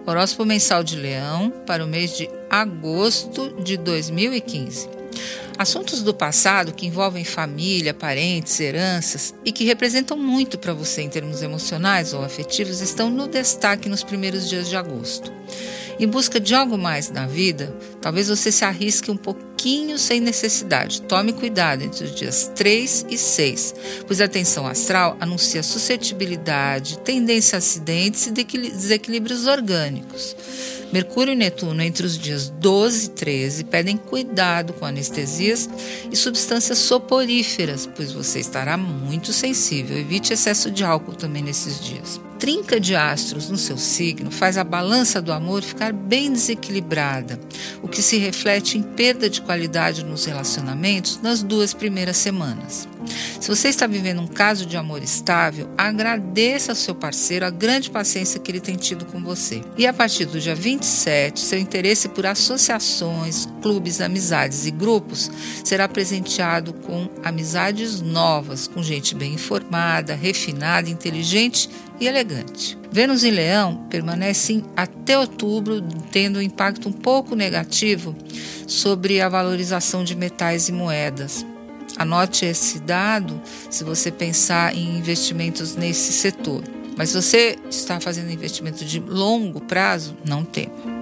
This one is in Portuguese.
Horóscopo mensal de Leão para o mês de agosto de 2015. Assuntos do passado que envolvem família, parentes, heranças e que representam muito para você em termos emocionais ou afetivos estão no destaque nos primeiros dias de agosto. Em busca de algo mais na vida, talvez você se arrisque um pouquinho sem necessidade. Tome cuidado entre os dias 3 e 6, pois a tensão astral anuncia suscetibilidade, tendência a acidentes e desequilíbrios orgânicos. Mercúrio e Netuno, entre os dias 12 e 13, pedem cuidado com anestesias e substâncias soporíferas, pois você estará muito sensível. Evite excesso de álcool também nesses dias. Trinca de astros no seu signo faz a balança do amor ficar bem desequilibrada, o que se reflete em perda de qualidade nos relacionamentos nas 2 primeiras semanas. Se você está vivendo um caso de amor estável, agradeça ao seu parceiro a grande paciência que ele tem tido com você. E a partir do dia 27, seu interesse por associações, clubes, amizades e grupos será presenteado com amizades novas, com gente bem informada, refinada, inteligente e elegante. Vênus em Leão permanece até outubro, tendo um impacto um pouco negativo sobre a valorização de metais e moedas. Anote esse dado se você pensar em investimentos nesse setor. Mas se você está fazendo investimento de longo prazo, não tema.